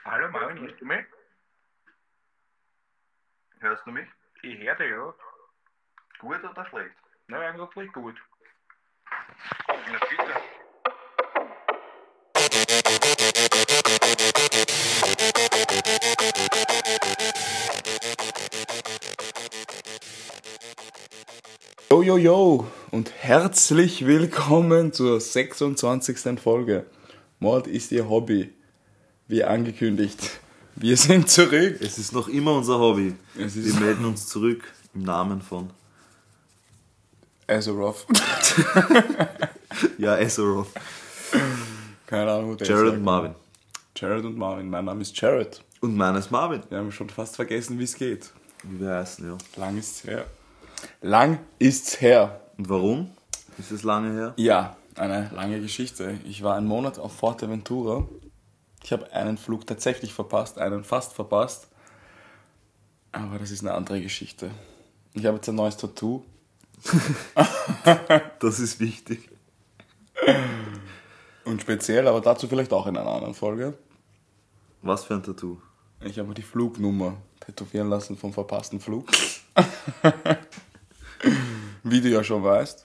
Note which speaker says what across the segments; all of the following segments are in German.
Speaker 1: Hallo Marvin, hörst du mich?
Speaker 2: Hörst du mich?
Speaker 1: Ich höre dich, ja.
Speaker 2: Gut oder schlecht?
Speaker 1: Na, eigentlich gut.
Speaker 2: Na bitte.
Speaker 3: Yo, yo, yo und herzlich willkommen zur 26. Folge. Mord ist Ihr Hobby, wie angekündigt. Wir sind zurück.
Speaker 4: Es ist noch immer unser Hobby.
Speaker 3: Es ist-
Speaker 4: Wir melden uns zurück im Namen von
Speaker 3: Azeroth.
Speaker 4: Azeroth.
Speaker 3: Keine Ahnung, wo der
Speaker 4: Jared
Speaker 3: ist.
Speaker 4: und Marvin.
Speaker 3: Jared und Marvin. Mein Name ist Jared.
Speaker 4: Und meines Marvin.
Speaker 3: Wir haben schon fast vergessen, wie es geht.
Speaker 4: Wie wir heißen, ja.
Speaker 3: Lang ist's her. Lang ist's her.
Speaker 4: Und warum? Ist es lange her?
Speaker 3: Ja, eine lange Geschichte. Ich war einen Monat auf Fuerteventura. Ich habe einen Flug tatsächlich verpasst, einen fast verpasst. Aber das ist eine andere Geschichte. Ich habe jetzt ein neues Tattoo.
Speaker 4: Das ist wichtig.
Speaker 3: Und speziell, aber dazu vielleicht auch in einer anderen Folge.
Speaker 4: Was für ein Tattoo?
Speaker 3: Ich habe die Flugnummer tätowieren lassen vom verpassten Flug. Wie du ja schon weißt.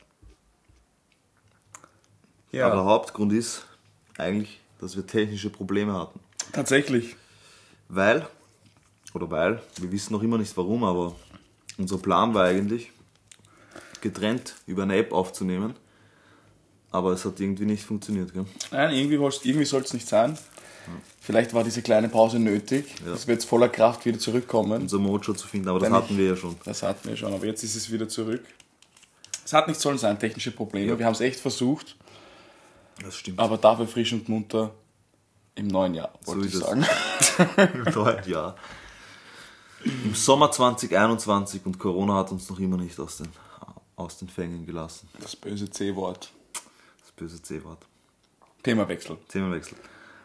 Speaker 4: Aber
Speaker 3: Ja,
Speaker 4: der Hauptgrund ist eigentlich, dass wir technische Probleme hatten.
Speaker 3: tatsächlich.
Speaker 4: Weil, wir wissen noch immer nicht warum, aber unser Plan war eigentlich, getrennt über eine App aufzunehmen. Aber es hat irgendwie nicht funktioniert, gell?
Speaker 3: Nein, irgendwie soll es nicht sein. Vielleicht war diese kleine Pause nötig,
Speaker 4: Ja.
Speaker 3: dass wir jetzt voller Kraft wieder zurückkommen.
Speaker 4: Unser Mojo zu finden, aber das
Speaker 3: Wenn
Speaker 4: hatten wir ja schon.
Speaker 3: Das hatten wir schon, aber jetzt ist es wieder zurück. Es hat nicht sollen sein, technische Probleme. Wir haben es echt versucht,
Speaker 4: Das stimmt.
Speaker 3: aber dafür frisch und munter im neuen Jahr, wollte
Speaker 4: ist
Speaker 3: ich
Speaker 4: es.
Speaker 3: sagen.
Speaker 4: Im neuen Jahr. Im Sommer 2021 und Corona hat uns noch immer nicht aus den Fängen gelassen.
Speaker 3: Das böse C-Wort.
Speaker 4: Das böse C-Wort.
Speaker 3: Themawechsel.
Speaker 4: Themenwechsel.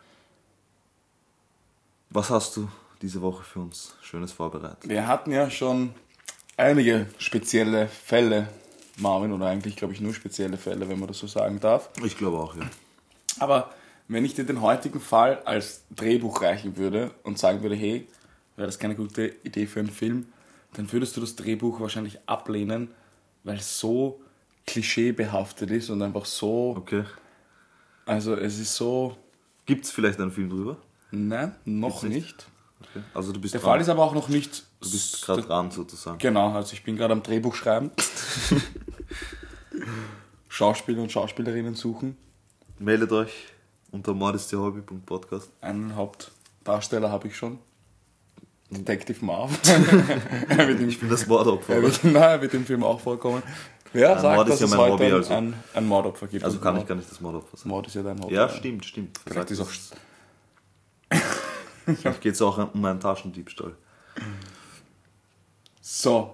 Speaker 4: Was hast du diese Woche für uns Schönes vorbereitet?
Speaker 3: Wir hatten ja schon einige spezielle Fälle, Marvin, oder eigentlich, glaube ich, nur spezielle Fälle, wenn man das so sagen darf.
Speaker 4: Ich glaube auch, ja.
Speaker 3: Aber wenn ich dir den heutigen Fall als Drehbuch reichen würde und sagen würde, hey, wäre das keine gute Idee für einen Film, dann würdest du das Drehbuch wahrscheinlich ablehnen, weil es so klischeebehaftet ist und einfach so,
Speaker 4: Okay.
Speaker 3: also es ist so,
Speaker 4: Gibt es vielleicht einen Film drüber?
Speaker 3: nein, noch
Speaker 4: Gibt's
Speaker 3: nicht.
Speaker 4: Okay. Also du bist
Speaker 3: Der
Speaker 4: dran.
Speaker 3: Fall ist aber auch noch nicht,
Speaker 4: Du bist gerade dran sozusagen.
Speaker 3: genau, also ich bin gerade am Drehbuch schreiben, Schauspieler und Schauspielerinnen suchen,
Speaker 4: Meldet euch unter mordistihobby.podcast.
Speaker 3: einen Hauptdarsteller habe ich schon, Detective Marv.
Speaker 4: Ich bin das Mordopfer.
Speaker 3: Er wird im Film auch vorkommen. Wer
Speaker 4: Ein
Speaker 3: sagt,
Speaker 4: Mord
Speaker 3: dass
Speaker 4: ist ja
Speaker 3: es
Speaker 4: mein
Speaker 3: heute
Speaker 4: Hobby, also.
Speaker 3: ein Mordopfer gibt?
Speaker 4: Also
Speaker 3: Und
Speaker 4: kann ich
Speaker 3: Mord,
Speaker 4: gar nicht das Mordopfer sein.
Speaker 3: Mord ist ja dein Hobby.
Speaker 4: Ja, stimmt.
Speaker 3: Vielleicht ist auch,
Speaker 4: Vielleicht geht es auch um einen Taschendiebstahl.
Speaker 3: so.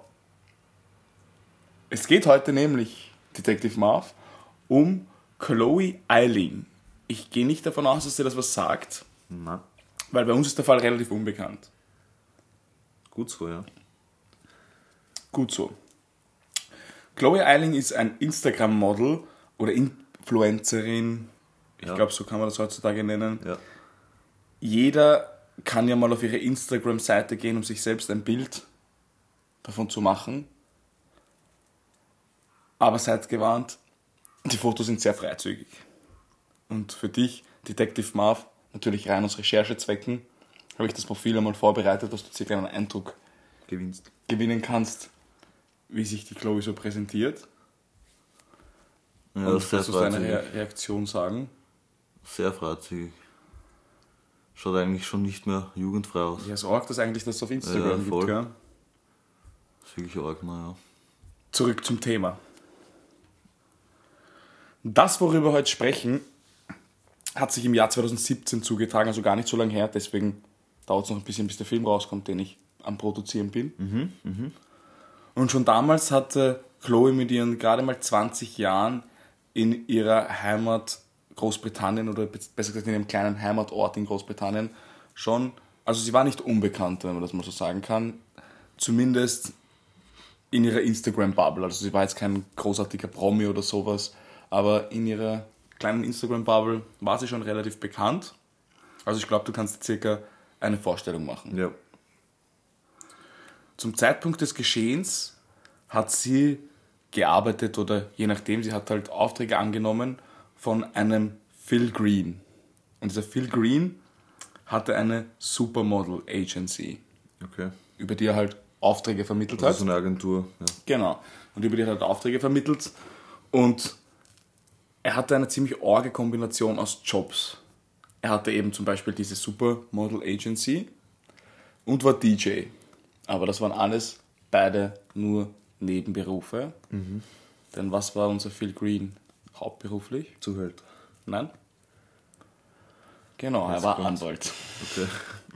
Speaker 3: Es geht heute nämlich, Detective Marv, um Chloe Eiling. Ich gehe nicht davon aus, dass dir das was sagt,
Speaker 4: Na,
Speaker 3: weil bei uns ist der Fall relativ unbekannt.
Speaker 4: gut so, ja.
Speaker 3: Gut so. Chloe Eiling ist ein Instagram-Model oder Influencerin. Ich
Speaker 4: Ja.
Speaker 3: glaube, so kann man das heutzutage nennen.
Speaker 4: Ja.
Speaker 3: Jeder kann ja mal auf ihre Instagram-Seite gehen, um sich selbst ein Bild davon zu machen. Aber seid gewarnt, die Fotos sind sehr freizügig. Und für dich, Detective Marv, natürlich rein aus Recherchezwecken, habe ich das Profil einmal vorbereitet, dass du circa einen Eindruck
Speaker 4: Gewinnst.
Speaker 3: gewinnen kannst, wie sich die Chloe so präsentiert.
Speaker 4: Ja,
Speaker 3: Und
Speaker 4: sehr
Speaker 3: was du deine
Speaker 4: freizügig.
Speaker 3: Reaktion sagen.
Speaker 4: Sehr freizügig. Schaut eigentlich schon nicht mehr jugendfrei aus.
Speaker 3: Ja, sorgt das eigentlich, dass es auf
Speaker 4: Ja,
Speaker 3: Instagram
Speaker 4: voll.
Speaker 3: gibt, ja?
Speaker 4: Das ist wirklich arg, naja.
Speaker 3: Zurück zum Thema. Das, worüber wir heute sprechen, hat sich im Jahr 2017 zugetragen, also gar nicht so lange her, deswegen dauert es noch ein bisschen, bis der Film rauskommt, den ich am Produzieren bin. Und schon damals hatte Chloe mit ihren gerade mal 20 Jahren in ihrer Heimat Großbritannien oder besser gesagt in einem kleinen Heimatort in Großbritannien schon, also sie war nicht unbekannt, wenn man das mal so sagen kann, zumindest in ihrer Instagram-Bubble. Also sie war jetzt kein großartiger Promi oder sowas, aber in ihrer kleinen Instagram-Bubble war sie schon relativ bekannt. Also ich glaube, du kannst circa eine Vorstellung machen.
Speaker 4: Ja.
Speaker 3: Zum Zeitpunkt des Geschehens hat sie gearbeitet oder je nachdem, sie hat halt Aufträge angenommen von einem Phil Green. Und dieser Phil Green hatte eine Supermodel Agency,
Speaker 4: Okay.
Speaker 3: über die er halt Aufträge vermittelt
Speaker 4: Das
Speaker 3: hat.
Speaker 4: ist so eine Agentur. Ja.
Speaker 3: Genau. Und über die hat er halt Aufträge vermittelt. Und er hatte eine ziemlich arge Kombination aus Jobs. Er hatte eben zum Beispiel diese Supermodel Agency und war DJ. Aber das waren alles beide nur Nebenberufe. Denn was war unser Phil Green hauptberuflich?
Speaker 4: Zuhälter.
Speaker 3: Nein? Genau, er war Anwalt.
Speaker 4: Okay.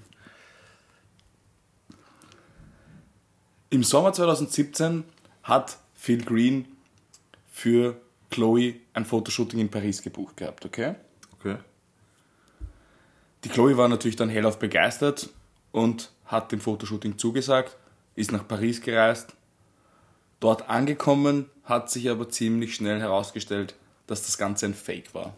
Speaker 3: Im Sommer 2017 hat Phil Green für Chloe ein Fotoshooting in Paris gebucht gehabt, okay?
Speaker 4: Okay.
Speaker 3: Die Chloe war natürlich dann hellauf begeistert und hat dem Fotoshooting zugesagt, ist nach Paris gereist. Dort angekommen hat sich aber ziemlich schnell herausgestellt, dass das Ganze ein Fake war.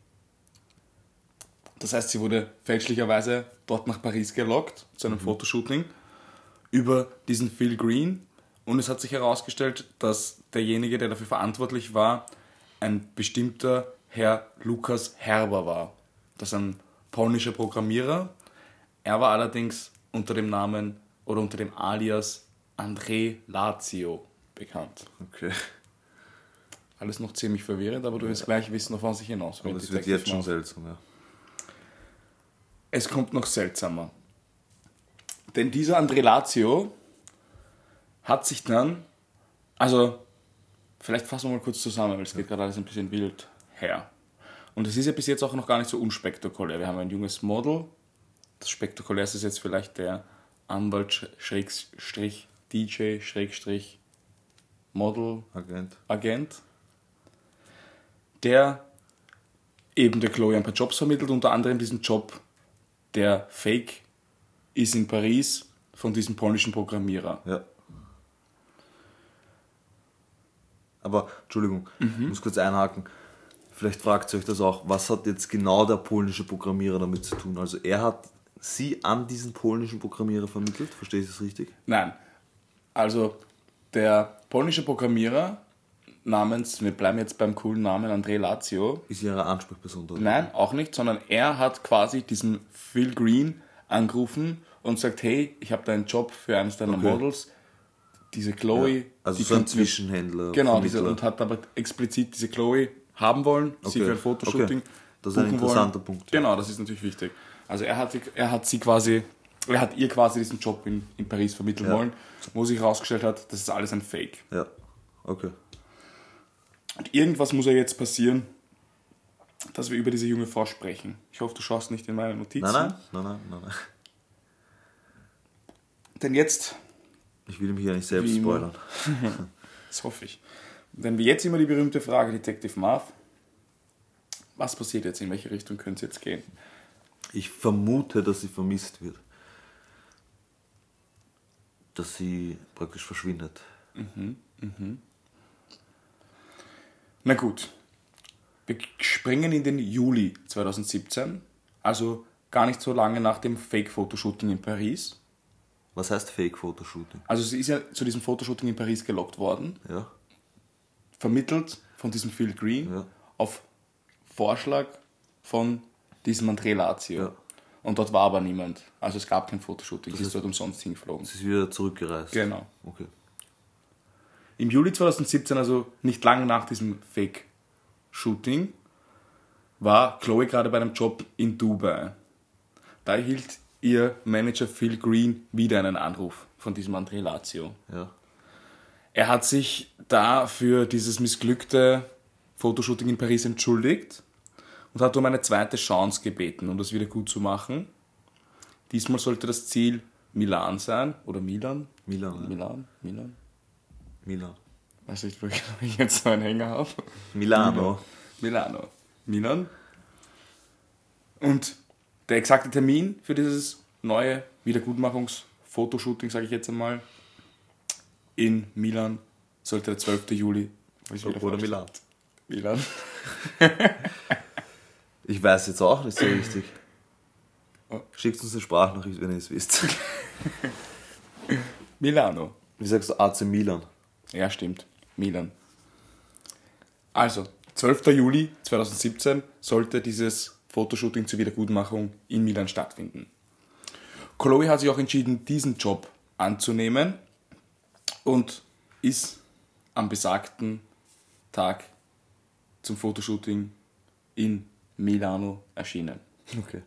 Speaker 3: Das heißt, sie wurde fälschlicherweise dort nach Paris gelockt, zu einem Fotoshooting, über diesen Phil Green. Und es hat sich herausgestellt, dass derjenige, der dafür verantwortlich war, ein bestimmter Herr Lukas Herber war. Das ist ein polnischer Programmierer. Er war allerdings unter dem Namen oder unter dem Alias André Lazio bekannt.
Speaker 4: Okay.
Speaker 3: Alles noch ziemlich verwirrend, aber du wirst gleich wissen, auf was ich hinaus will.
Speaker 4: Aber es wird
Speaker 3: Detective
Speaker 4: jetzt schon
Speaker 3: Mouse.
Speaker 4: seltsam, ja.
Speaker 3: Es kommt noch seltsamer. Denn dieser André Lazio hat sich dann, also vielleicht fassen wir mal kurz zusammen, weil es geht gerade alles ein bisschen wild her. Und es ist ja bis jetzt auch noch gar nicht so unspektakulär. Wir haben ein junges Model. Das Spektakulärste ist jetzt vielleicht der Anwalt DJ Model
Speaker 4: Agent.
Speaker 3: der eben der Chloe ein paar Jobs vermittelt, unter anderem diesen Job, der Fake ist in Paris von diesem polnischen Programmierer.
Speaker 4: Ja. Aber, Entschuldigung, ich muss kurz einhaken. Vielleicht fragt ihr euch das auch, was hat jetzt genau der polnische Programmierer damit zu tun? Also er hat sie an diesen polnischen Programmierer vermittelt, verstehe ich das richtig?
Speaker 3: Nein, also der polnische Programmierer namens, wir bleiben jetzt beim coolen Namen André Lazio.
Speaker 4: Ist ihre Ansprechperson dort?
Speaker 3: Nein, auch nicht, sondern er hat quasi diesen Phil Green angerufen und sagt, hey, ich habe da einen Job für eines deiner
Speaker 4: Okay.
Speaker 3: Models, diese Chloe.
Speaker 4: Ja, also
Speaker 3: die
Speaker 4: so ein
Speaker 3: könnte mir-
Speaker 4: Zwischenhändler.
Speaker 3: Genau,
Speaker 4: Vermittler.
Speaker 3: und hat aber explizit diese Chloe haben wollen, sie
Speaker 4: Okay,
Speaker 3: für ein Fotoshooting
Speaker 4: okay. Das ist ein
Speaker 3: buchen
Speaker 4: interessanter
Speaker 3: wollen.
Speaker 4: Punkt.
Speaker 3: Genau, das ist natürlich wichtig. Also er hat ihr quasi diesen Job in Paris vermitteln
Speaker 4: Ja.
Speaker 3: wollen, wo sich herausgestellt hat, das ist alles ein Fake.
Speaker 4: Ja, okay.
Speaker 3: Und irgendwas muss ja jetzt passieren, dass wir über diese junge Frau sprechen. Ich hoffe, du schaust nicht in meine Notizen.
Speaker 4: Nein.
Speaker 3: Denn jetzt,
Speaker 4: Ich will mich ja nicht selbst
Speaker 3: Wie immer.
Speaker 4: spoilern.
Speaker 3: das hoffe ich, denn wie jetzt immer die berühmte Frage, Detective Marv, was passiert jetzt, in welche Richtung könnte es jetzt gehen?
Speaker 4: Ich vermute, dass sie vermisst wird. Dass sie praktisch verschwindet.
Speaker 3: Na gut, wir springen in den Juli 2017, also gar nicht so lange nach dem Fake-Fotoshooting in Paris.
Speaker 4: Was heißt Fake-Fotoshooting?
Speaker 3: Also sie ist ja zu diesem Fotoshooting in Paris gelockt worden,
Speaker 4: Ja,
Speaker 3: vermittelt von diesem Phil Green
Speaker 4: Ja.
Speaker 3: auf Vorschlag von diesem André Lazio.
Speaker 4: Ja.
Speaker 3: Und dort war aber niemand. Also es gab kein Fotoshooting, sie ist dort umsonst hingeflogen.
Speaker 4: sie ist wieder zurückgereist.
Speaker 3: Genau.
Speaker 4: Okay.
Speaker 3: Im Juli 2017, also nicht lange nach diesem Fake-Shooting, war Chloe gerade bei einem Job in Dubai. Da erhielt ihr Manager Phil Green wieder einen Anruf von diesem André Lazio.
Speaker 4: Ja.
Speaker 3: Er hat sich da für dieses missglückte Fotoshooting in Paris entschuldigt und hat um eine zweite Chance gebeten, um das wieder gut zu machen. Diesmal sollte das Ziel Milan sein, oder Milan?
Speaker 4: Milan, ja.
Speaker 3: Milan? Weiß nicht, wo ich jetzt so einen Hänger habe.
Speaker 4: Milano.
Speaker 3: Milan. Und der exakte Termin für dieses neue Wiedergutmachungs-Fotoshooting, sage ich jetzt einmal, in Milan sollte der 12. Juli
Speaker 4: Oder Milan.
Speaker 3: Milan.
Speaker 4: Ich weiß jetzt auch nicht so richtig. Schickt uns eine Sprachnachricht, wenn ihr es wisst.
Speaker 3: Milano.
Speaker 4: Wie sagst du AC Milan?
Speaker 3: Ja, stimmt. Milan. Also, 12. Juli 2017 sollte dieses Fotoshooting zur Wiedergutmachung in Milan stattfinden. Chloe hat sich auch entschieden, diesen Job anzunehmen und ist am besagten Tag zum Fotoshooting in Milano erschienen.
Speaker 4: Okay.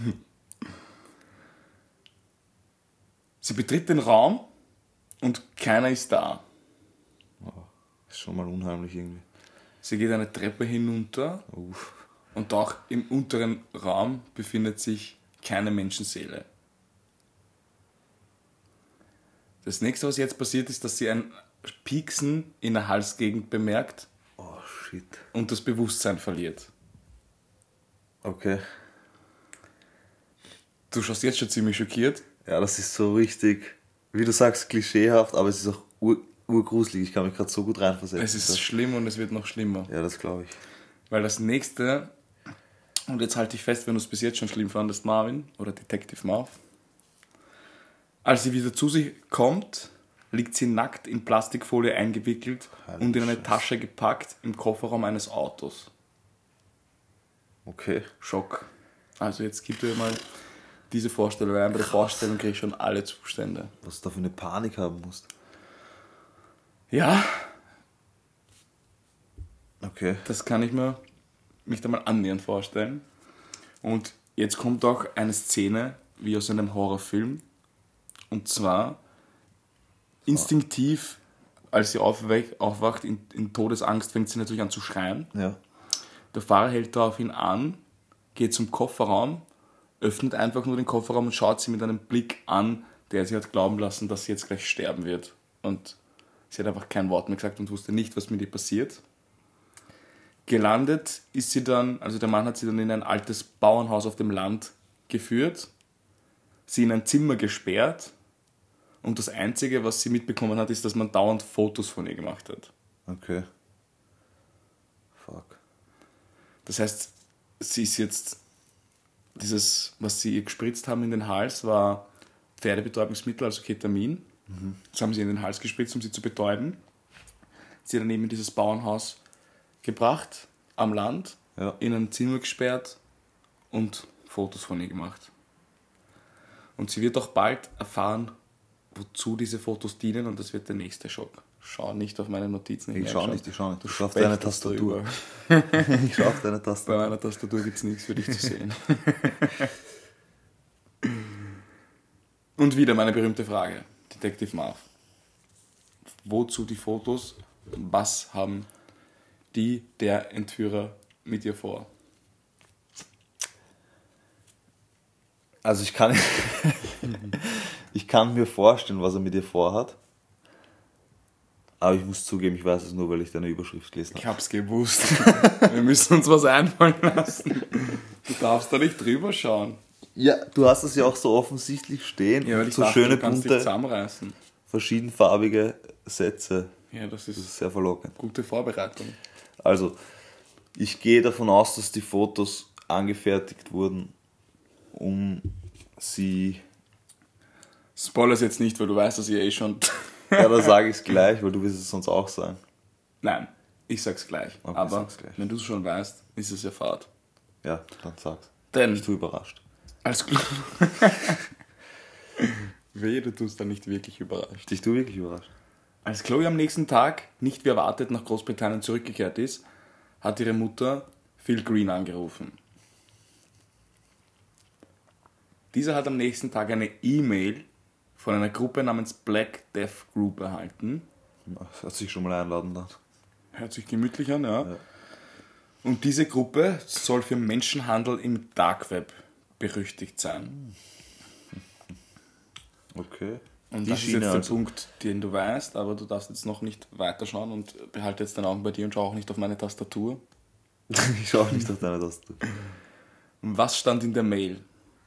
Speaker 3: Sie betritt den Raum und keiner ist da.
Speaker 4: Ist schon mal unheimlich irgendwie.
Speaker 3: Sie geht eine Treppe hinunter
Speaker 4: Uff.
Speaker 3: und auch im unteren Raum befindet sich keine Menschenseele. Das nächste, was jetzt passiert, ist, dass sie ein Pieksen in der Halsgegend bemerkt
Speaker 4: Oh shit.
Speaker 3: und das Bewusstsein verliert.
Speaker 4: Okay.
Speaker 3: Du schaust jetzt schon ziemlich schockiert.
Speaker 4: Ja, das ist so richtig, wie du sagst, klischeehaft, aber es ist auch urgruselig. Ich kann mich gerade so gut reinversetzen.
Speaker 3: Es ist schlimm und es wird noch schlimmer.
Speaker 4: Ja, das glaube ich.
Speaker 3: Weil das nächste, und jetzt halte ich fest, wenn du es bis jetzt schon schlimm fandest, Marvin, oder Detective Marv. Als sie wieder zu sich kommt, liegt sie nackt in Plastikfolie eingewickelt und in eine
Speaker 4: Scheiße.
Speaker 3: Tasche gepackt im Kofferraum eines Autos.
Speaker 4: Okay.
Speaker 3: Schock. Also jetzt gib dir mal diese Vorstellung, weil bei der Vorstellung kriege ich schon alle Zustände.
Speaker 4: Was du da für eine Panik haben musst.
Speaker 3: Ja,
Speaker 4: Okay.
Speaker 3: das kann ich mir nicht einmal annähernd vorstellen. Und jetzt kommt auch eine Szene wie aus einem Horrorfilm. Und zwar instinktiv, als sie aufwacht in Todesangst, fängt sie natürlich an zu schreien.
Speaker 4: Ja.
Speaker 3: Der Fahrer hält daraufhin an, geht zum Kofferraum, öffnet einfach nur den Kofferraum und schaut sie mit einem Blick an, der sie hat glauben lassen, dass sie jetzt gleich sterben wird. Und sie hat einfach kein Wort mehr gesagt und wusste nicht, was mit ihr passiert. Gelandet ist sie dann, also der Mann hat sie dann in ein altes Bauernhaus auf dem Land geführt, sie in ein Zimmer gesperrt und das Einzige, was sie mitbekommen hat, ist, dass man dauernd Fotos von ihr gemacht hat.
Speaker 4: Okay. Fuck.
Speaker 3: Das heißt, sie ist jetzt, dieses, was sie ihr gespritzt haben in den Hals, war Pferdebetäubungsmittel, also Ketamin. Das haben sie in den Hals gespritzt, um sie zu betäuben. Sie hat dann eben in dieses Bauernhaus gebracht, am Land,
Speaker 4: Ja.
Speaker 3: in ein Zimmer gesperrt und Fotos von ihr gemacht. Und sie wird auch bald erfahren, wozu diese Fotos dienen, und das wird der nächste Schock. Schau nicht auf meine Notizen.
Speaker 4: Ich schau nicht.
Speaker 3: Du
Speaker 4: Ich schau auf
Speaker 3: spechtest
Speaker 4: deine Tastatur.
Speaker 3: drüber.
Speaker 4: Ich schau auf deine
Speaker 3: Bei
Speaker 4: Tastatur.
Speaker 3: meiner Tastatur gibt es nichts für dich zu sehen. Und wieder meine berühmte Frage, Detective Marv. Wozu die Fotos? Was haben der Entführer mit dir vor?
Speaker 4: Also ich kann mir vorstellen, was er mit dir vorhat. Aber ich muss zugeben, ich weiß es nur, weil ich deine Überschrift gelesen
Speaker 3: Ich
Speaker 4: habe.
Speaker 3: hab's gewusst. Wir müssen uns was einfallen lassen. Du darfst da nicht drüber schauen.
Speaker 4: Ja, du hast es ja auch so offensichtlich stehen.
Speaker 3: Ja, weil ich
Speaker 4: so
Speaker 3: dachte,
Speaker 4: schöne,
Speaker 3: du kannst dich
Speaker 4: bunte,
Speaker 3: zusammenreißen.
Speaker 4: verschiedenfarbige Sätze.
Speaker 3: Ja, das
Speaker 4: Das
Speaker 3: ist
Speaker 4: ist sehr verlockend.
Speaker 3: gute Vorbereitung.
Speaker 4: Also, ich gehe davon aus, dass die Fotos angefertigt wurden, um sie...
Speaker 3: Spoilers jetzt nicht, weil du weißt, dass ich eh schon...
Speaker 4: Ja, da sage ich es gleich, weil du wirst es sonst auch sagen.
Speaker 3: Nein, ich sag's gleich.
Speaker 4: Okay,
Speaker 3: Aber
Speaker 4: sag's gleich.
Speaker 3: wenn du es schon weißt, ist es ja Fahrt.
Speaker 4: Ja, dann sag's.
Speaker 3: Denn
Speaker 4: Bist du überrascht?
Speaker 3: als Glück... Wehe, du tust da nicht wirklich überrascht.
Speaker 4: Dich du wirklich überrascht?
Speaker 3: Als Chloe am nächsten Tag nicht wie erwartet nach Großbritannien zurückgekehrt ist, hat ihre Mutter Phil Green angerufen. Dieser hat am nächsten Tag eine E-Mail von einer Gruppe namens Black Death Group erhalten.
Speaker 4: Das hat sich schon mal einladen lassen.
Speaker 3: Hört sich gemütlich an, ja. Und diese Gruppe soll für Menschenhandel im Dark Web berüchtigt sein.
Speaker 4: Okay.
Speaker 3: Und
Speaker 4: Die
Speaker 3: das ist
Speaker 4: Schiene
Speaker 3: jetzt der
Speaker 4: also.
Speaker 3: Punkt, den du weißt, aber du darfst jetzt noch nicht weiterschauen und behalte jetzt deine Augen bei dir und schau auch nicht auf meine Tastatur.
Speaker 4: Ich schaue nicht auf deine Tastatur.
Speaker 3: Und was stand in der Mail?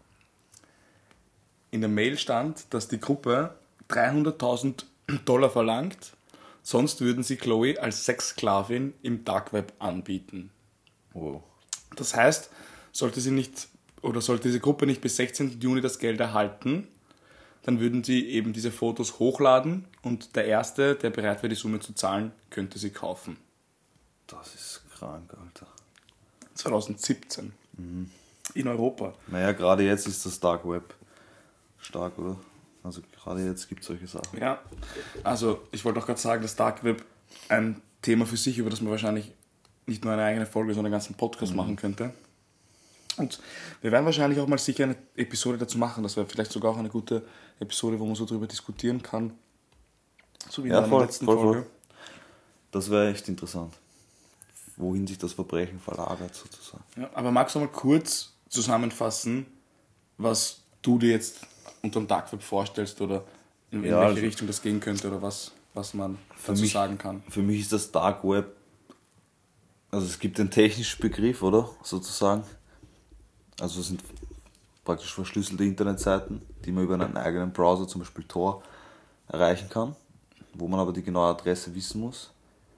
Speaker 3: In der Mail stand, dass die Gruppe $300.000 verlangt, sonst würden sie Chloe als Sexsklavin im Dark Web anbieten.
Speaker 4: Wow.
Speaker 3: Das heißt, sollte sie nicht oder sollte diese Gruppe nicht bis 16. Juni das Geld erhalten, dann würden sie eben diese Fotos hochladen und der Erste, der bereit wäre, die Summe zu zahlen, könnte sie kaufen.
Speaker 4: Das ist krank, Alter.
Speaker 3: 2017. In Europa.
Speaker 4: Naja, gerade jetzt ist das Dark Web stark, oder? Also gerade jetzt gibt es solche Sachen.
Speaker 3: Ja, also ich wollte auch gerade sagen, das Dark Web ein Thema für sich, über das man wahrscheinlich nicht nur eine eigene Folge, sondern einen ganzen Podcast machen könnte. Und wir werden wahrscheinlich auch mal sicher eine Episode dazu machen. Das wäre vielleicht sogar auch eine gute Episode, wo man so drüber diskutieren kann. So wie in der letzten Folge.
Speaker 4: Das wäre echt interessant. Wohin sich das Verbrechen verlagert, sozusagen.
Speaker 3: Ja, aber magst du mal kurz zusammenfassen, was du dir jetzt unter dem Dark Web vorstellst oder in welche
Speaker 4: also
Speaker 3: Richtung das gehen könnte oder was man dazu sagen kann?
Speaker 4: Für mich ist das Dark Web, also es gibt den technischen Begriff, oder? Sozusagen. Also es sind praktisch verschlüsselte Internetseiten, die man über einen eigenen Browser, zum Beispiel Tor, erreichen kann, wo man aber die genaue Adresse wissen muss.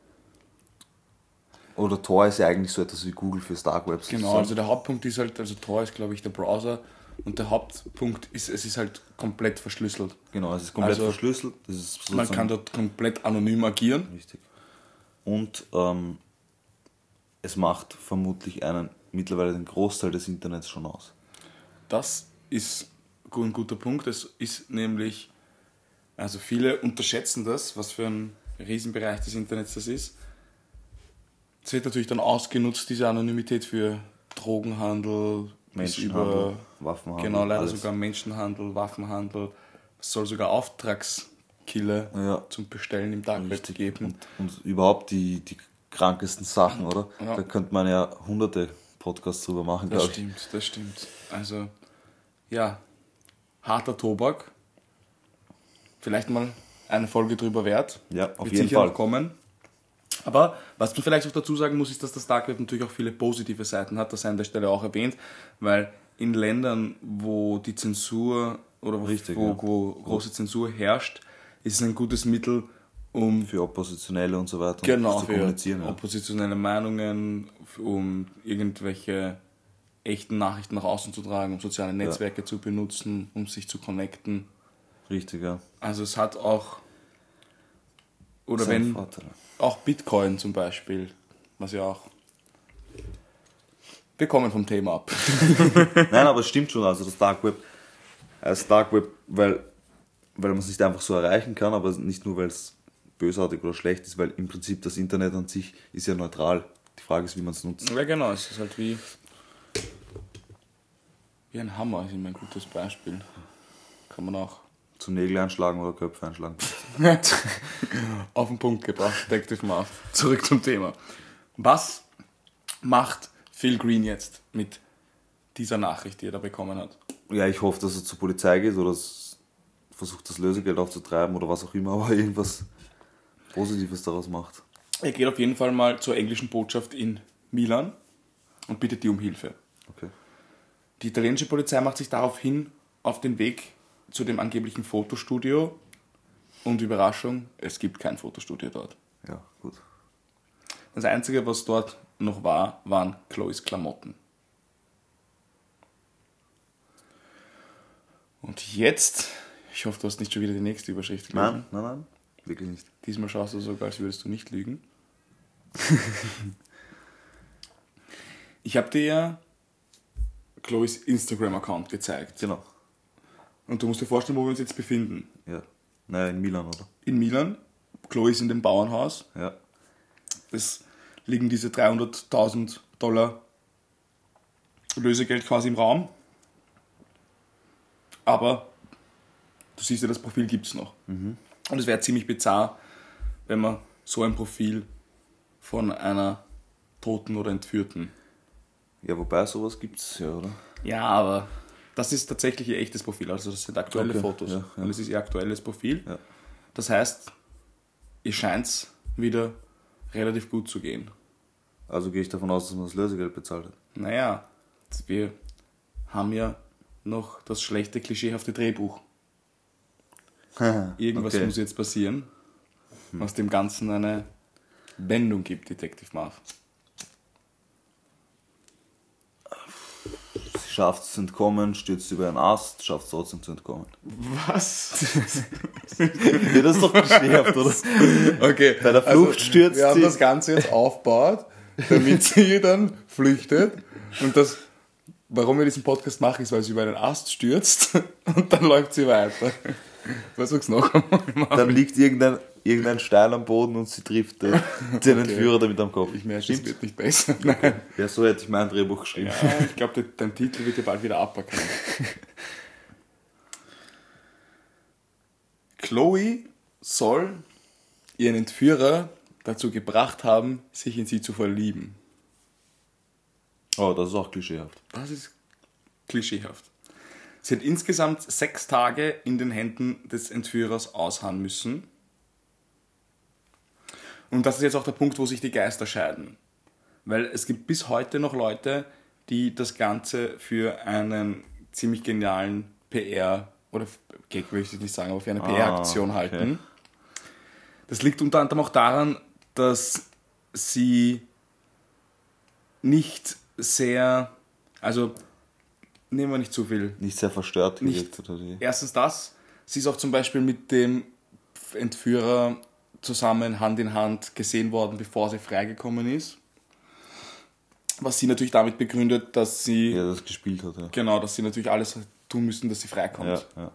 Speaker 4: Oder Tor ist ja eigentlich so etwas wie Google fürs Dark Web.
Speaker 3: Genau, also der Hauptpunkt ist halt, also Tor ist glaube ich der Browser und der Hauptpunkt ist, es ist halt komplett verschlüsselt.
Speaker 4: Genau, es ist komplett
Speaker 3: Also,
Speaker 4: verschlüsselt. Das ist
Speaker 3: Man kann dort komplett anonym agieren.
Speaker 4: Richtig. Und es macht vermutlich mittlerweile den Großteil des Internets schon aus.
Speaker 3: Das ist ein guter Punkt. Es ist nämlich, also viele unterschätzen das, was für ein Riesenbereich des Internets das ist. Es wird natürlich dann ausgenutzt, diese Anonymität für Drogenhandel, bis
Speaker 4: Menschenhandel, Waffenhandel.
Speaker 3: Genau, leider
Speaker 4: alles.
Speaker 3: sogar Menschenhandel, Waffenhandel. Es soll sogar Auftragskiller
Speaker 4: Ja.
Speaker 3: zum Bestellen im Dark Web geben.
Speaker 4: Und überhaupt die krankesten Sachen, oder?
Speaker 3: Ja.
Speaker 4: Da könnte man ja hunderte Podcasts drüber machen,
Speaker 3: Das
Speaker 4: glaube ich.
Speaker 3: stimmt, das stimmt. Also, ja, harter Tobak. Vielleicht mal eine Folge drüber wert.
Speaker 4: Ja, auf
Speaker 3: Wird
Speaker 4: jeden
Speaker 3: sicher
Speaker 4: Fall.
Speaker 3: noch kommen. Aber was man vielleicht auch dazu sagen muss, ist, dass das Dark Web natürlich auch viele positive Seiten hat. Das sei an der Stelle auch erwähnt, weil in Ländern, wo die Zensur oder
Speaker 4: Richtig,
Speaker 3: wo große Zensur herrscht, ist es ein gutes Mittel, um
Speaker 4: Für Oppositionelle und so weiter
Speaker 3: genau
Speaker 4: zu
Speaker 3: für
Speaker 4: kommunizieren. Ja.
Speaker 3: oppositionelle Meinungen, um irgendwelche echten Nachrichten nach außen zu tragen, um soziale Netzwerke zu benutzen, um sich zu connecten.
Speaker 4: Richtig, ja.
Speaker 3: Also es hat auch, oder
Speaker 4: Seine
Speaker 3: wenn,
Speaker 4: Vorteile.
Speaker 3: auch Bitcoin zum Beispiel, was ja auch, wir kommen vom Thema ab.
Speaker 4: Nein, aber es stimmt schon, also das Dark Web heißt Dark Web, weil man es nicht einfach so erreichen kann, aber nicht nur, weil es bösartig oder schlecht ist, weil im Prinzip das Internet an sich ist ja neutral. Die Frage ist, wie man es nutzt.
Speaker 3: Ja genau, es ist halt wie ein Hammer, ist immer ein gutes Beispiel. Kann man auch
Speaker 4: Zum Nägel einschlagen oder Köpfe einschlagen.
Speaker 3: auf den Punkt gebracht, Detective Marv. Zurück zum Thema. Was macht Phil Green jetzt mit dieser Nachricht, die er da bekommen hat?
Speaker 4: Ja, ich hoffe, dass er zur Polizei geht oder versucht, das Lösegeld aufzutreiben oder was auch immer, aber irgendwas Positives daraus macht.
Speaker 3: Er geht auf jeden Fall mal zur englischen Botschaft in Milan und bittet die um Hilfe.
Speaker 4: Okay.
Speaker 3: Die italienische Polizei macht sich daraufhin auf den Weg zu dem angeblichen Fotostudio und Überraschung, es gibt kein Fotostudio dort.
Speaker 4: Ja, gut.
Speaker 3: Das Einzige, was dort noch war, waren Chloes Klamotten. Und jetzt, ich hoffe, du hast nicht schon wieder die nächste Überschrift gelesen.
Speaker 4: Nein, wirklich nicht.
Speaker 3: Diesmal schaust du sogar, als würdest du nicht lügen. Ich habe dir ja Chloes Instagram-Account gezeigt.
Speaker 4: Genau.
Speaker 3: Und du musst dir vorstellen, wo wir uns jetzt befinden.
Speaker 4: Ja. Naja, in Milan, oder?
Speaker 3: In Milan. Chloe ist in dem Bauernhaus.
Speaker 4: Ja.
Speaker 3: Es liegen diese $300.000 Lösegeld quasi im Raum. Aber du siehst ja, das Profil gibt es noch. Und es wäre ziemlich bizarr, wenn man so ein Profil von einer Toten oder Entführten.
Speaker 4: Ja, wobei sowas gibt's ja, oder?
Speaker 3: Ja, aber das ist tatsächlich ihr echtes Profil. Also das sind aktuelle
Speaker 4: Okay,
Speaker 3: Fotos.
Speaker 4: ja.
Speaker 3: Und es ist ihr aktuelles Profil.
Speaker 4: Ja.
Speaker 3: Das heißt, ihr scheint es wieder relativ gut zu gehen.
Speaker 4: Also gehe ich davon aus, dass man das Lösegeld bezahlt hat.
Speaker 3: Naja, wir haben ja noch das schlechte, klischeehafte Drehbuch. Irgendwas
Speaker 4: Okay.
Speaker 3: muss jetzt passieren, was dem Ganzen eine Wendung gibt, Detective Marv.
Speaker 4: schafft es zu entkommen, stürzt über einen Ast, schafft es trotzdem zu entkommen.
Speaker 3: Was?
Speaker 4: Ja, das ist doch klischeehaft, oder?
Speaker 3: Okay.
Speaker 4: Bei der Flucht stürzt
Speaker 3: wir haben
Speaker 4: sie.
Speaker 3: das Ganze jetzt aufgebaut, damit sie dann flüchtet. Und das, warum wir diesen Podcast machen, ist, weil sie über einen Ast stürzt und dann läuft sie weiter. Versuch's noch einmal.
Speaker 4: Dann liegt irgendein Stein am Boden und sie trifft den Entführer damit am Kopf.
Speaker 3: Ich merke, es wird nicht besser. Nein.
Speaker 4: Ja, so hätte ich mein Drehbuch geschrieben.
Speaker 3: Ja, ich glaube, dein Titel wird ja bald wieder aberkannt. Chloe soll ihren Entführer dazu gebracht haben, sich in sie zu verlieben.
Speaker 4: Oh, das ist auch klischeehaft.
Speaker 3: Das ist klischeehaft. Sie hat insgesamt 6 Tage in den Händen des Entführers ausharren müssen. Und das ist jetzt auch der Punkt, wo sich die Geister scheiden. Weil es gibt bis heute noch Leute, die das Ganze für einen ziemlich genialen PR, oder Gag will ich nicht sagen, aber für eine PR-Aktion
Speaker 4: okay.
Speaker 3: halten. Das liegt unter anderem auch daran, dass sie nicht sehr, also nehmen wir nicht zu viel.
Speaker 4: Nicht sehr verstört
Speaker 3: Nicht.
Speaker 4: gewirkt, oder wie?
Speaker 3: Erstens das, sie ist auch zum Beispiel mit dem Entführer zusammen Hand in Hand gesehen worden, bevor sie freigekommen ist. Was sie natürlich damit begründet, dass sie,
Speaker 4: Ja, das gespielt hat, ja.
Speaker 3: genau, dass sie natürlich alles tun müssen, dass sie freikommt.
Speaker 4: Ja.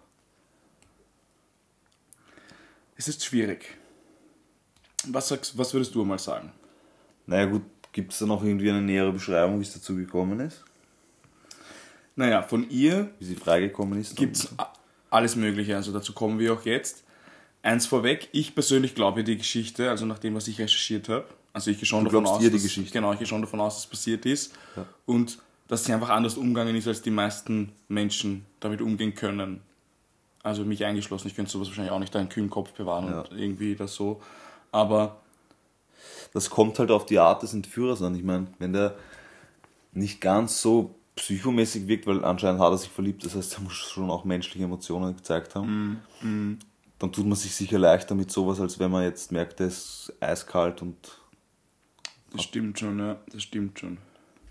Speaker 3: Es ist schwierig. Was würdest du mal sagen?
Speaker 4: Naja gut, gibt es da noch irgendwie eine nähere Beschreibung, wie es dazu gekommen ist?
Speaker 3: Naja, von ihr
Speaker 4: Wie sie freigekommen ist?
Speaker 3: gibt es alles Mögliche, also dazu kommen wir auch jetzt. Eins vorweg, ich persönlich glaube die Geschichte, also nach dem, was ich recherchiert habe. Also ich gehe schon
Speaker 4: Du
Speaker 3: davon
Speaker 4: glaubst
Speaker 3: aus,
Speaker 4: ihr die
Speaker 3: dass,
Speaker 4: Geschichte?
Speaker 3: genau, ich gehe schon davon aus, dass es passiert ist.
Speaker 4: Ja.
Speaker 3: Und dass sie einfach anders umgegangen ist, als die meisten Menschen damit umgehen können. Also mich eingeschlossen, ich könnte sowas wahrscheinlich auch nicht da einen kühlen Kopf bewahren
Speaker 4: Ja.
Speaker 3: und irgendwie das so. Aber
Speaker 4: Das kommt halt auf die Art des Entführers an. Ich meine, wenn der nicht ganz so psychomäßig wirkt, weil anscheinend hat er sich verliebt, das heißt, er muss schon auch menschliche Emotionen gezeigt haben, dann tut man sich sicher leichter mit sowas, als wenn man jetzt merkt, er ist eiskalt und
Speaker 3: das stimmt schon, ja, das stimmt schon.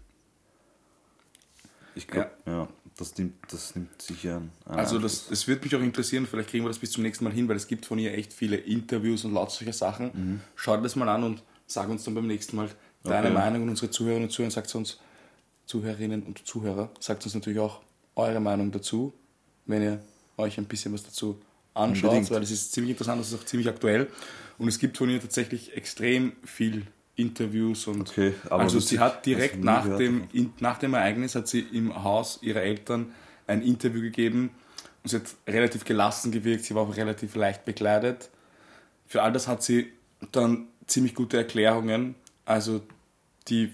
Speaker 4: ich glaube, ja, das nimmt sicher einen
Speaker 3: Also
Speaker 4: Einfluss.
Speaker 3: das würde mich auch interessieren, vielleicht kriegen wir das bis zum nächsten Mal hin, weil es gibt von ihr echt viele Interviews und laut solcher Sachen. Schau dir das mal an und sag uns dann beim nächsten Mal deine
Speaker 4: Okay.
Speaker 3: Meinung und unsere Zuhörerinnen und Zuhörer, sagt uns, Zuhörerinnen und Zuhörer, sagt uns natürlich auch eure Meinung dazu, wenn ihr euch ein bisschen was dazu anschaut,
Speaker 4: Unbedingt.
Speaker 3: weil es ist ziemlich interessant, das ist auch ziemlich aktuell und es gibt von ihr tatsächlich extrem viel Interviews und
Speaker 4: Okay, aber
Speaker 3: also
Speaker 4: lustig,
Speaker 3: sie hat direkt
Speaker 4: hast du nie
Speaker 3: nach
Speaker 4: gehört
Speaker 3: nach dem Ereignis hat sie im Haus ihrer Eltern ein Interview gegeben und sie hat relativ gelassen gewirkt, sie war auch relativ leicht bekleidet. Für all das hat sie dann ziemlich gute Erklärungen, also die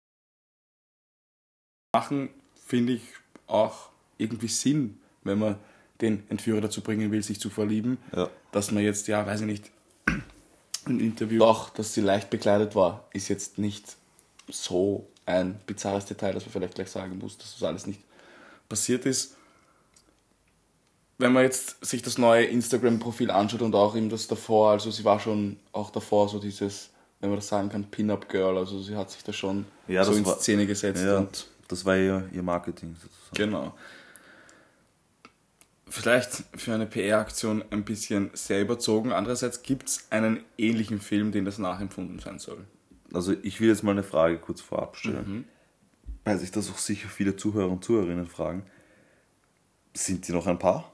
Speaker 3: machen, finde ich, auch irgendwie Sinn, wenn man den Entführer dazu bringen will, sich zu verlieben,
Speaker 4: Ja.
Speaker 3: dass man jetzt, ja, weiß ich nicht, im Interview auch, dass sie leicht bekleidet war, ist jetzt nicht so ein bizarres Detail, dass man vielleicht gleich sagen muss, dass das alles nicht passiert ist. Wenn man jetzt sich das neue Instagram-Profil anschaut und auch eben das davor, also sie war schon auch davor so dieses, wenn man das sagen kann, Pin-Up-Girl, also sie hat sich da schon
Speaker 4: Ja,
Speaker 3: so
Speaker 4: das
Speaker 3: in
Speaker 4: war-
Speaker 3: Szene gesetzt.
Speaker 4: Ja,
Speaker 3: Und
Speaker 4: das war ihr Marketing sozusagen.
Speaker 3: genau. Vielleicht für eine PR-Aktion ein bisschen sehr überzogen. Andererseits gibt es einen ähnlichen Film, den das nachempfunden sein soll.
Speaker 4: Also ich will jetzt mal eine Frage kurz vorab stellen, weil sich das auch sicher viele Zuhörer und Zuhörerinnen fragen. Sind die noch ein Paar?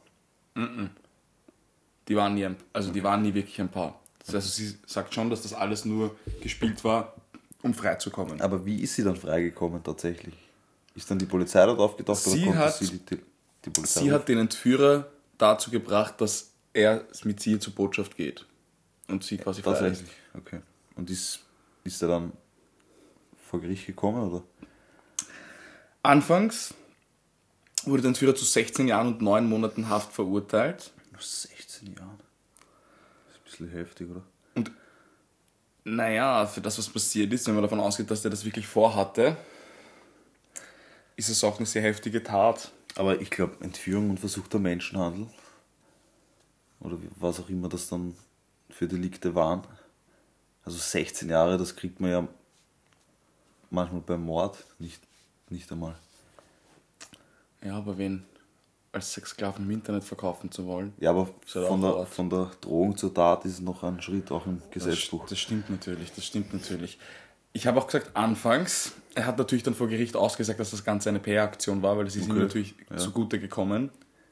Speaker 3: Die waren nie wirklich ein Paar. Das heißt, sie sagt schon, dass das alles nur gespielt war, um freizukommen.
Speaker 4: Aber wie ist sie dann freigekommen tatsächlich? Ist dann die Polizei dort aufgetaucht
Speaker 3: Sie
Speaker 4: oder konnte
Speaker 3: hat-
Speaker 4: sie die Polizei
Speaker 3: Sie hat den Entführer dazu gebracht, dass er mit sie zur Botschaft geht. Und sie quasi frei ist.
Speaker 4: tatsächlich? Okay. Und ist er dann vor Gericht gekommen, oder?
Speaker 3: Anfangs wurde der Entführer zu 16 Jahren und 9 Monaten Haft verurteilt.
Speaker 4: 16 Jahren. Das ist ein bisschen heftig, oder?
Speaker 3: Und naja, für das, was passiert ist, wenn man davon ausgeht, dass der das wirklich vorhatte, ist es auch eine sehr heftige Tat.
Speaker 4: Aber ich glaube, Entführung und versuchter Menschenhandel oder was auch immer das dann für Delikte waren. Also 16 Jahre, das kriegt man ja manchmal beim Mord nicht einmal.
Speaker 3: Ja, aber wen als Sexsklaven im Internet verkaufen zu wollen,
Speaker 4: Ja, aber
Speaker 3: ist halt auch hart.
Speaker 4: von der Drohung zur Tat ist noch ein Schritt auch im Gesetzbuch.
Speaker 3: Das stimmt natürlich. Ich habe auch gesagt, anfangs, er hat natürlich dann vor Gericht ausgesagt, dass das Ganze eine PR-Aktion war, weil es ist ihm
Speaker 4: Okay.
Speaker 3: natürlich zugute gekommen.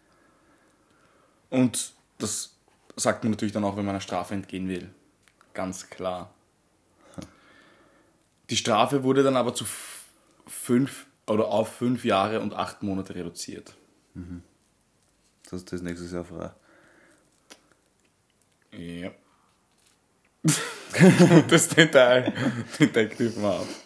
Speaker 3: Und das sagt man natürlich dann auch, wenn man einer Strafe entgehen will. Ganz klar. Die Strafe wurde dann aber auf 5 Jahre und 8 Monate reduziert.
Speaker 4: Das ist nächstes Jahr frei.
Speaker 3: Ja. Das Detail Detective mal ab.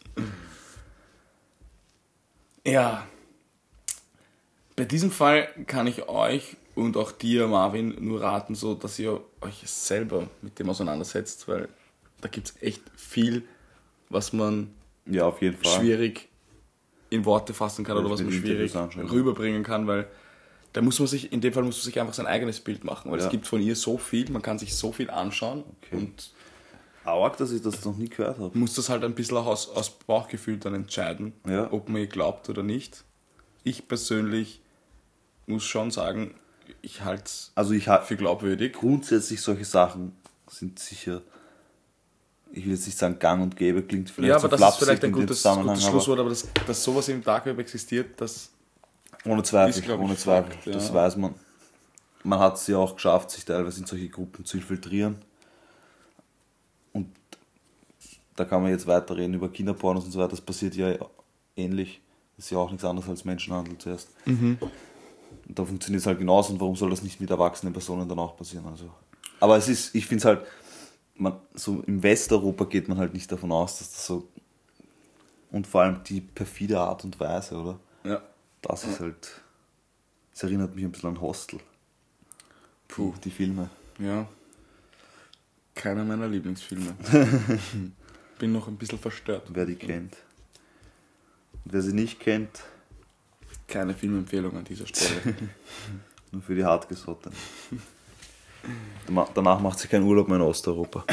Speaker 3: Ja. Bei diesem Fall kann ich euch und auch dir, Marvin, nur raten, so, dass ihr euch selber mit dem auseinandersetzt, weil da gibt es echt viel, was man
Speaker 4: Ja, auf jeden Fall.
Speaker 3: schwierig in Worte fassen kann
Speaker 4: Ja,
Speaker 3: oder
Speaker 4: ich
Speaker 3: was
Speaker 4: will
Speaker 3: man schwierig
Speaker 4: Interviews anschauen.
Speaker 3: rüberbringen kann, weil in dem Fall muss man sich einfach sein eigenes Bild machen, weil
Speaker 4: Ja.
Speaker 3: es gibt von ihr so viel, man kann sich so viel anschauen
Speaker 4: Okay.
Speaker 3: und
Speaker 4: Arg, dass ich das noch nie gehört habe.
Speaker 3: muss das halt ein bisschen auch aus Bauchgefühl dann entscheiden,
Speaker 4: Ja.
Speaker 3: ob man ihr glaubt oder nicht. Ich persönlich muss schon sagen, ich halte es
Speaker 4: Also ich habe
Speaker 3: für glaubwürdig.
Speaker 4: grundsätzlich solche Sachen sind sicher, ich will jetzt nicht sagen gang und gäbe, klingt vielleicht
Speaker 3: Ja,
Speaker 4: so
Speaker 3: aber das ist
Speaker 4: flapsig
Speaker 3: vielleicht ein
Speaker 4: in dem
Speaker 3: gutes
Speaker 4: Zusammenhang,
Speaker 3: Schlusswort, aber dass sowas im Dark Web existiert, das
Speaker 4: Ohne Zweifel,
Speaker 3: Ist, glaub ich,
Speaker 4: ohne Zweifel.
Speaker 3: Fakt, ja.
Speaker 4: Das weiß man. Man hat es ja auch geschafft, sich teilweise in solche Gruppen zu infiltrieren. Und da kann man jetzt weiterreden über Kinderpornos und so weiter. Das passiert ja ähnlich. Das ist ja auch nichts anderes als Menschenhandel zuerst. Und da funktioniert es halt genauso. Und warum soll das nicht mit erwachsenen Personen dann auch passieren? Also. Aber es ist, ich finde es halt, so im Westeuropa geht man halt nicht davon aus, dass das so. Und vor allem die perfide Art und Weise, oder?
Speaker 3: ja.
Speaker 4: Das ist halt. Es erinnert mich ein bisschen an Hostel.
Speaker 3: Puh.
Speaker 4: Die Filme.
Speaker 3: Ja. Keiner meiner Lieblingsfilme. Bin noch ein bisschen verstört.
Speaker 4: Wer die kennt. Und wer sie nicht kennt,
Speaker 3: Keine Filmempfehlung an dieser Stelle.
Speaker 4: nur für die Hartgesottenen. Danach macht sie keinen Urlaub mehr in Osteuropa.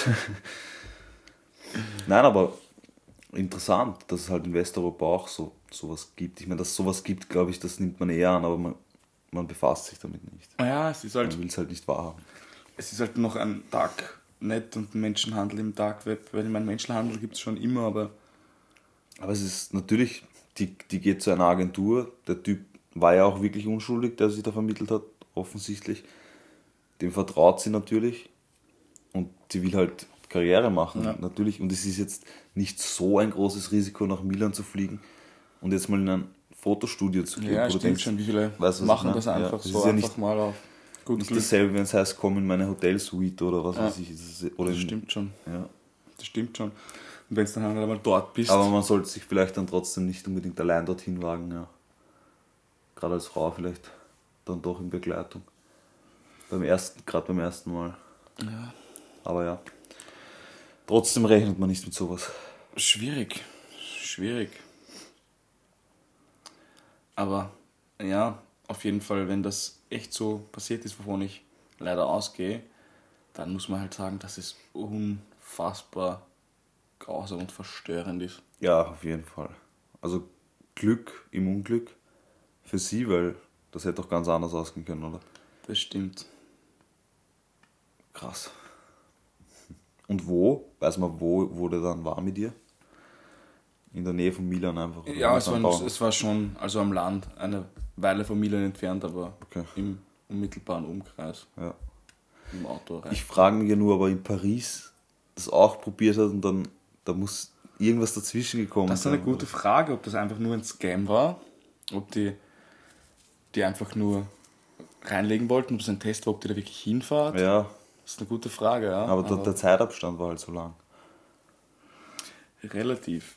Speaker 4: Nein, aber interessant, dass es halt in Westeuropa auch sowas gibt. Ich meine, dass es sowas gibt, glaube ich, das nimmt man eher an, aber man befasst sich damit nicht.
Speaker 3: Ja, es ist
Speaker 4: Man
Speaker 3: halt
Speaker 4: will es halt nicht wahrhaben.
Speaker 3: noch ein Darknet und Menschenhandel im Dark Web, weil ich meine, Menschenhandel gibt es schon immer, aber
Speaker 4: Aber es ist natürlich, die geht zu einer Agentur. Der Typ war ja auch wirklich unschuldig, der sich da vermittelt hat, offensichtlich. Dem vertraut sie natürlich. Und sie will halt Karriere machen,
Speaker 3: Ja.
Speaker 4: natürlich. Und es ist jetzt nicht so ein großes Risiko, nach Milan zu fliegen und jetzt mal in ein Fotostudio zu gehen.
Speaker 3: ja,
Speaker 4: wo du
Speaker 3: stimmt
Speaker 4: denkst,
Speaker 3: schon, wie viele
Speaker 4: weißt du, was ich
Speaker 3: machen
Speaker 4: meine?
Speaker 3: das einfach
Speaker 4: Ja, das
Speaker 3: so
Speaker 4: ist ja
Speaker 3: einfach
Speaker 4: nicht-
Speaker 3: mal auf gut
Speaker 4: Nicht
Speaker 3: Glück.
Speaker 4: dasselbe, wenn es heißt, komm in meine Hotelsuite oder was
Speaker 3: Ja.
Speaker 4: weiß ich. Oder
Speaker 3: Das stimmt schon.
Speaker 4: Ja.
Speaker 3: Das stimmt schon. Und wenn du dann halt einmal dort bist,
Speaker 4: Aber man sollte sich vielleicht dann trotzdem nicht unbedingt allein dorthin wagen, ja. Gerade als Frau vielleicht dann doch in Begleitung. Gerade beim ersten Mal.
Speaker 3: ja,
Speaker 4: Aber ja. Trotzdem rechnet man nicht mit sowas.
Speaker 3: schwierig. Aber ja, auf jeden Fall, wenn das echt so passiert ist, wovon ich leider ausgehe, dann muss man halt sagen, dass es unfassbar grausam und verstörend ist.
Speaker 4: Ja, auf jeden Fall. Also Glück im Unglück für sie, weil das hätte doch ganz anders ausgehen können, oder?
Speaker 3: Das stimmt.
Speaker 4: Krass. Und wo? Weiß man, wo der dann war mit ihr? In der Nähe von Milan einfach? oder?
Speaker 3: Ja,
Speaker 4: Was am Bauernhof?
Speaker 3: es war schon, also am Land, eine Weile von Milan entfernt, aber
Speaker 4: Okay.
Speaker 3: im unmittelbaren Umkreis,
Speaker 4: Ja.
Speaker 3: im Auto rein.
Speaker 4: Ich frage mich ja nur, ob er in Paris das auch probiert hat und dann da muss irgendwas dazwischen gekommen
Speaker 3: Das ist eine gute Frage, ob das einfach nur ein Scam war, ob die einfach nur reinlegen wollten, ob es ein Test war, ob die da wirklich hinfahrt.
Speaker 4: Ja,
Speaker 3: Das ist eine gute Frage, ja.
Speaker 4: aber der Zeitabstand war halt so lang.
Speaker 3: Relativ.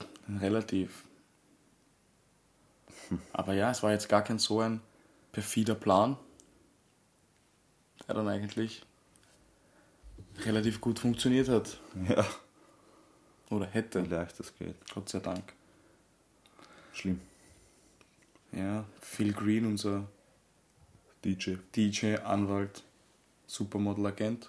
Speaker 3: Aber ja, es war jetzt gar kein so ein perfider Plan, der dann eigentlich relativ gut funktioniert hat.
Speaker 4: Ja,
Speaker 3: Oder hätte,
Speaker 4: wie leicht das geht.
Speaker 3: Gott sei Dank.
Speaker 4: Schlimm.
Speaker 3: Ja, Phil Green, unser DJ, Anwalt, Supermodel, Agent.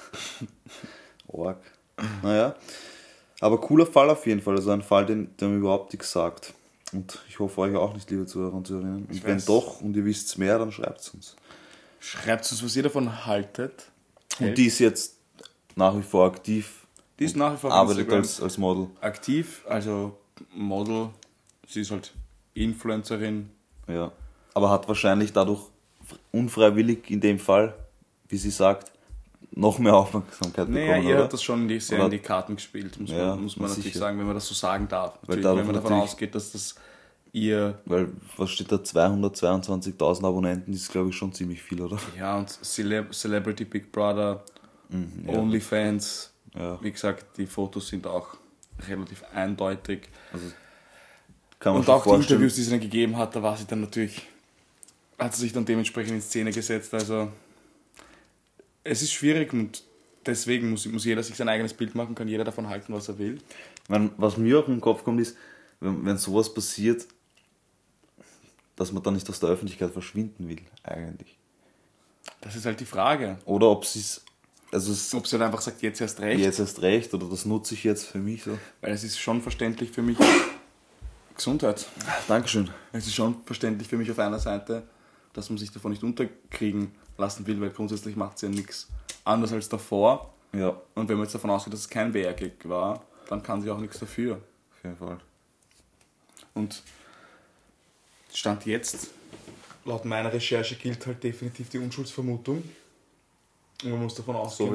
Speaker 4: Org. Naja, aber cooler Fall auf jeden Fall. Also ein Fall, der mir überhaupt nichts sagt. Und ich hoffe euch auch nicht, liebe Zuhörer und Zuhörerinnen. Und
Speaker 3: Ich
Speaker 4: wenn
Speaker 3: weiß.
Speaker 4: doch und ihr wisst mehr, dann schreibt es uns.
Speaker 3: Schreibt uns, was ihr davon haltet.
Speaker 4: Und die ist jetzt nach wie vor aktiv,
Speaker 3: Die ist nach wie vor auf
Speaker 4: arbeitet
Speaker 3: Instagram
Speaker 4: als Model.
Speaker 3: aktiv, also Model, sie ist halt Influencerin.
Speaker 4: Ja. Aber hat wahrscheinlich dadurch unfreiwillig in dem Fall, wie sie sagt, noch mehr Aufmerksamkeit
Speaker 3: Naja,
Speaker 4: bekommen,
Speaker 3: ihr
Speaker 4: oder?
Speaker 3: hat das schon sehr
Speaker 4: Oder-
Speaker 3: in die Karten gespielt, muss
Speaker 4: Ja,
Speaker 3: muss man natürlich
Speaker 4: sicher.
Speaker 3: sagen, wenn man das so sagen darf. Natürlich,
Speaker 4: dadurch
Speaker 3: wenn man davon
Speaker 4: natürlich-
Speaker 3: ausgeht, dass das ihr,
Speaker 4: Weil, was steht da, 222.000 Abonnenten, das ist glaube ich schon ziemlich viel, oder?
Speaker 3: ja, und Celebrity Big Brother,
Speaker 4: ja.
Speaker 3: OnlyFans,
Speaker 4: Ja.
Speaker 3: wie gesagt, die Fotos sind auch relativ eindeutig.
Speaker 4: Kann man
Speaker 3: Und
Speaker 4: schon
Speaker 3: auch die
Speaker 4: vorstellen.
Speaker 3: Interviews, die sie dann gegeben hat, da war sie dann natürlich, hat sie sich dann dementsprechend in Szene gesetzt. Also es ist schwierig und deswegen muss jeder sich sein eigenes Bild machen, kann jeder davon halten, was er will.
Speaker 4: Ich meine, was mir auch in den Kopf kommt, ist, wenn sowas passiert, dass man dann nicht aus der Öffentlichkeit verschwinden will, eigentlich.
Speaker 3: Das ist halt die Frage.
Speaker 4: Oder ob sie es, also es
Speaker 3: Ob sie halt einfach sagt, jetzt erst recht,
Speaker 4: jetzt erst recht, oder das nutze ich jetzt für mich so.
Speaker 3: weil es ist schon verständlich für mich, Gesundheit,
Speaker 4: Dankeschön.
Speaker 3: es ist schon verständlich für mich auf einer Seite, dass man sich davon nicht unterkriegen lassen will, weil grundsätzlich macht sie ja nichts anders als davor.
Speaker 4: Ja,
Speaker 3: Und wenn man jetzt davon ausgeht, dass es kein VR-Gag war, dann kann sie auch nichts dafür.
Speaker 4: auf jeden Fall.
Speaker 3: Und Stand jetzt, laut meiner Recherche, gilt halt definitiv die Unschuldsvermutung. Und man muss davon ausgehen.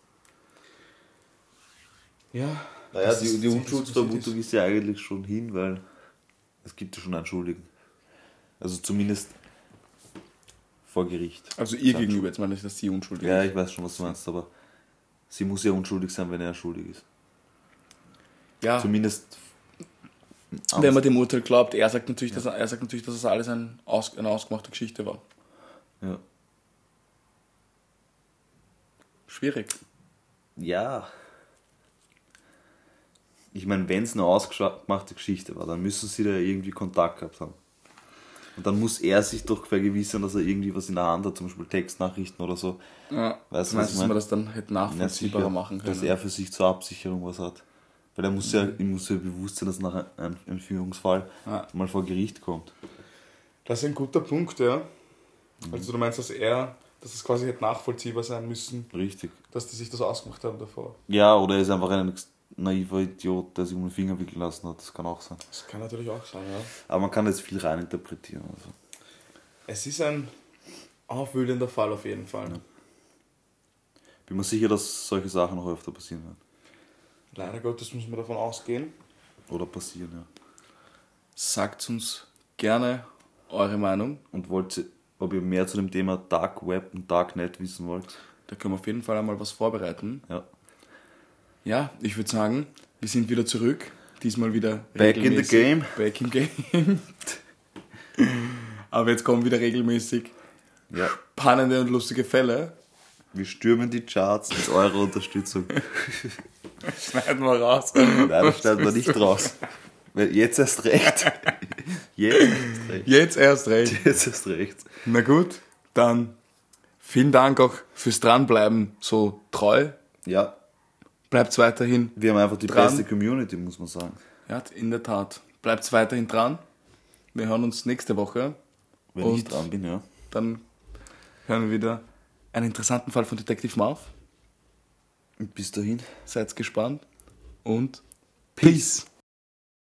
Speaker 3: Ja.
Speaker 4: Naja,
Speaker 3: dass
Speaker 4: die
Speaker 3: es sicher so
Speaker 4: Unschuldsvermutung
Speaker 3: passiert
Speaker 4: ist ja eigentlich schon hin, weil es gibt ja schon einen Schuldigen. Also zumindest vor Gericht.
Speaker 3: Also ihr gegenüber, jetzt meine ich, dass sie unschuldig
Speaker 4: Ja,
Speaker 3: ist.
Speaker 4: ich weiß schon, was du meinst, aber sie muss ja unschuldig sein, wenn er schuldig ist.
Speaker 3: Ja,
Speaker 4: Zumindest
Speaker 3: wenn man dem Urteil glaubt, er sagt natürlich, dass das alles eine ausgemachte Geschichte war.
Speaker 4: Ja.
Speaker 3: Schwierig.
Speaker 4: Ja. Ich meine, wenn es eine ausgemachte Geschichte war, dann müssen sie da irgendwie Kontakt gehabt haben. Und dann muss er sich doch vergewissern, dass er irgendwie was in der Hand hat, zum Beispiel Textnachrichten oder so.
Speaker 3: Ja,
Speaker 4: Weißt du,
Speaker 3: meinst
Speaker 4: was
Speaker 3: du, dass
Speaker 4: ich
Speaker 3: man
Speaker 4: mein?
Speaker 3: das dann hätte nachvollziehbarer
Speaker 4: sicher,
Speaker 3: machen können?
Speaker 4: dass er für sich zur Absicherung was hat. Weil er muss ja, ihm muss ja bewusst sein, dass nach einem Entführungsfall
Speaker 3: Ja.
Speaker 4: mal vor Gericht kommt.
Speaker 3: Das ist ein guter Punkt, ja. Also du meinst, dass es quasi hätte nachvollziehbar sein müssen,
Speaker 4: Richtig.
Speaker 3: dass die sich das ausgemacht haben davor.
Speaker 4: Ja, oder er ist einfach ein naiver Idiot, der sich um den Finger wickeln lassen hat. Das kann auch sein.
Speaker 3: Das kann natürlich auch sein, ja.
Speaker 4: Aber man kann jetzt viel reininterpretieren. Also.
Speaker 3: Es ist ein aufwühlender Fall auf jeden Fall.
Speaker 4: Bin mir sicher, dass solche Sachen noch öfter passieren werden.
Speaker 3: Leider Gottes muss man davon ausgehen.
Speaker 4: Oder passieren, ja.
Speaker 3: Sagt uns gerne eure Meinung.
Speaker 4: Und ob ihr mehr zu dem Thema Dark Web und Darknet wissen wollt?
Speaker 3: Da können wir auf jeden Fall einmal was vorbereiten.
Speaker 4: Ja.
Speaker 3: Ja, ich würde sagen, wir sind wieder zurück. Diesmal wieder
Speaker 4: Back in the
Speaker 3: regelmäßig.
Speaker 4: game.
Speaker 3: Back in game. Aber jetzt kommen wieder regelmäßig
Speaker 4: Ja.
Speaker 3: spannende und lustige Fälle.
Speaker 4: Wir stürmen die Charts mit eurer Unterstützung.
Speaker 3: Schneiden wir raus.
Speaker 4: Nein, das schneiden wir nicht raus. Weil jetzt erst recht. Jetzt erst recht.
Speaker 3: Jetzt erst recht.
Speaker 4: Jetzt erst recht.
Speaker 3: Na gut, dann vielen Dank auch fürs Dranbleiben so treu.
Speaker 4: Ja,
Speaker 3: Bleibt weiterhin,
Speaker 4: wir haben einfach die
Speaker 3: Dran.
Speaker 4: beste Community, muss man sagen.
Speaker 3: ja, in der Tat, bleibt weiterhin dran. Wir hören uns nächste Woche.
Speaker 4: Wenn
Speaker 3: Und-
Speaker 4: ich dran bin, ja.
Speaker 3: Dann hören wir wieder einen interessanten Fall von Detective Marv.
Speaker 4: Und bis dahin.
Speaker 3: Seid gespannt und Peace.